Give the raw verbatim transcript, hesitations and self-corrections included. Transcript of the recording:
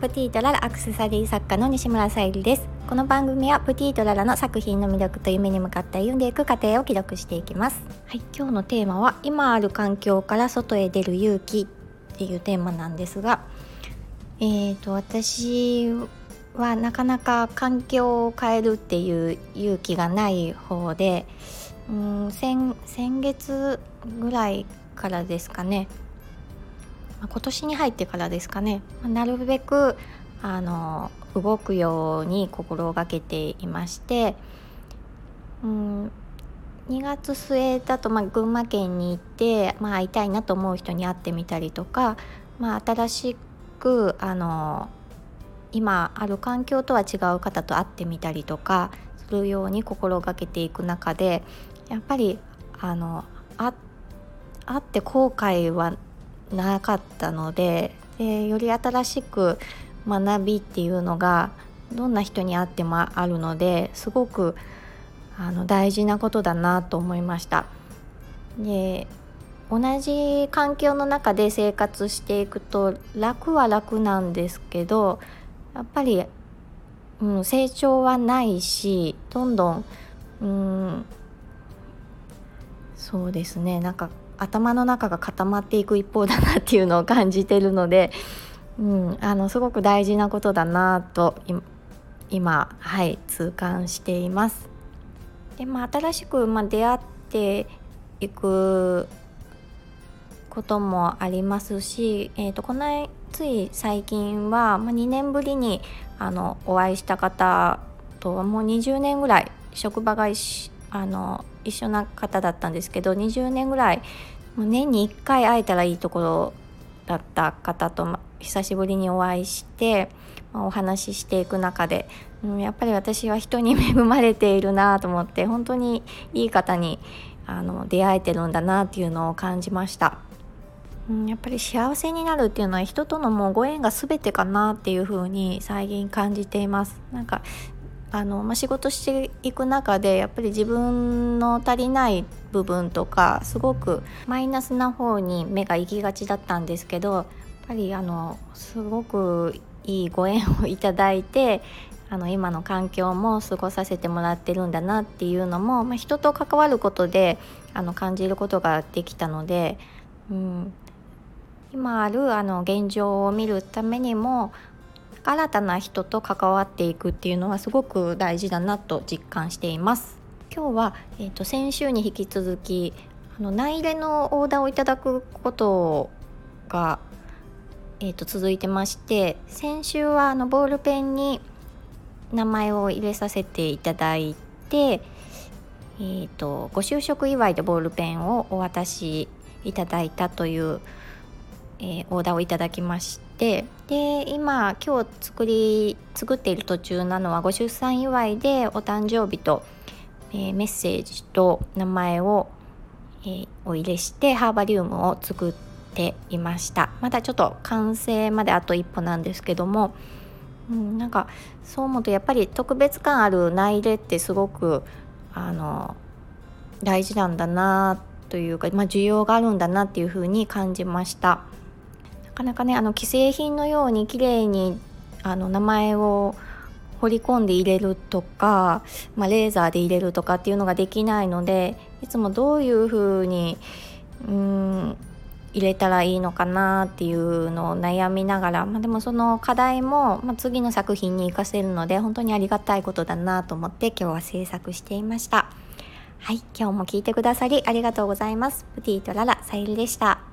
プティとララアクセサリー作家の西村さゆりです。この番組はプティとララの作品の魅力と夢に向かって歩んでいく過程を記録していきます。はい、今日のテーマは今ある環境から外へ出る勇気っていうテーマなんですが、えーと私はなかなか環境を変えるっていう勇気がない方で、うーん 先, 先月ぐらいからですかね、今年に入ってからですかね、なるべくあの動くように心がけていまして、うんにがつ末だと、まあ、群馬県に行って、まあ、会いたいなと思う人に会ってみたりとか、まあ、新しくあの今ある環境とは違う方と会ってみたりとかするように心がけていく中で、やっぱりあのあ会って後悔はなかったので、でより新しく学びっていうのがどんな人に会ってもあるので、すごくあの大事なことだなと思いました。で同じ環境の中で生活していくと楽は楽なんですけど、やっぱり、うん、成長はないし、どんどん、うん、そうですね、なんか頭の中が固まっていく一方だなっていうのを感じているので、うん、あのすごく大事なことだなと今、はい、痛感しています。で、まあ、新しく、まあ、出会っていくこともありますし、えーと、このつい最近は、まあ、にねんぶりにあのお会いした方とはもうにじゅうねんぐらい職場が一あの一緒な方だったんですけど、にじゅうねんぐらいもう年にいっかい会えたらいいところだった方と、ま、久しぶりにお会いして、まあ、お話ししていく中で、うん、やっぱり私は人に恵まれているなと思って、本当にいい方にあの出会えてるんだなっていうのを感じました。うん、やっぱり幸せになるっていうのは人とのもうご縁が全てかなっていう風に最近感じています。なんかあの、まあ、仕事していく中でやっぱり自分の足りない部分とかすごくマイナスな方に目が行きがちだったんですけど、やっぱりあのすごくいいご縁をいただいて、あの今の環境も過ごさせてもらってるんだなっていうのも、まあ、人と関わることであの感じることができたので、うん、今あるあの現状を見るためにも新たな人と関わっていくっていうのはすごく大事だなと実感しています。今日は、えーと、先週に引き続きあの内入れのオーダーをいただくことが、えーと、続いてまして、先週はあのボールペンに名前を入れさせていただいて、えーと、ご就職祝いでボールペンをお渡しいただいたという、えー、オーダーをいただきまして、で今今日作り作っている途中なのはご出産祝いでお誕生日と、えー、メッセージと名前を、えー、お入れしてハーバリウムを作っていました。まだちょっと完成まであと一歩なんですけども、うん、なんかそう思うとやっぱり特別感ある内入れってすごくあの大事なんだなというか、まあ、需要があるんだなっていうふうに感じました。なかなかね、あの既製品のように綺麗にあの名前を彫り込んで入れるとか、まあ、レーザーで入れるとかっていうのができないので、いつもどういう風にうーん入れたらいいのかなっていうのを悩みながら、まあ、でもその課題も、まあ、次の作品に活かせるので本当にありがたいことだなと思って今日は制作していました。はい、今日も聞いてくださりありがとうございます。プティとララさゆりでした。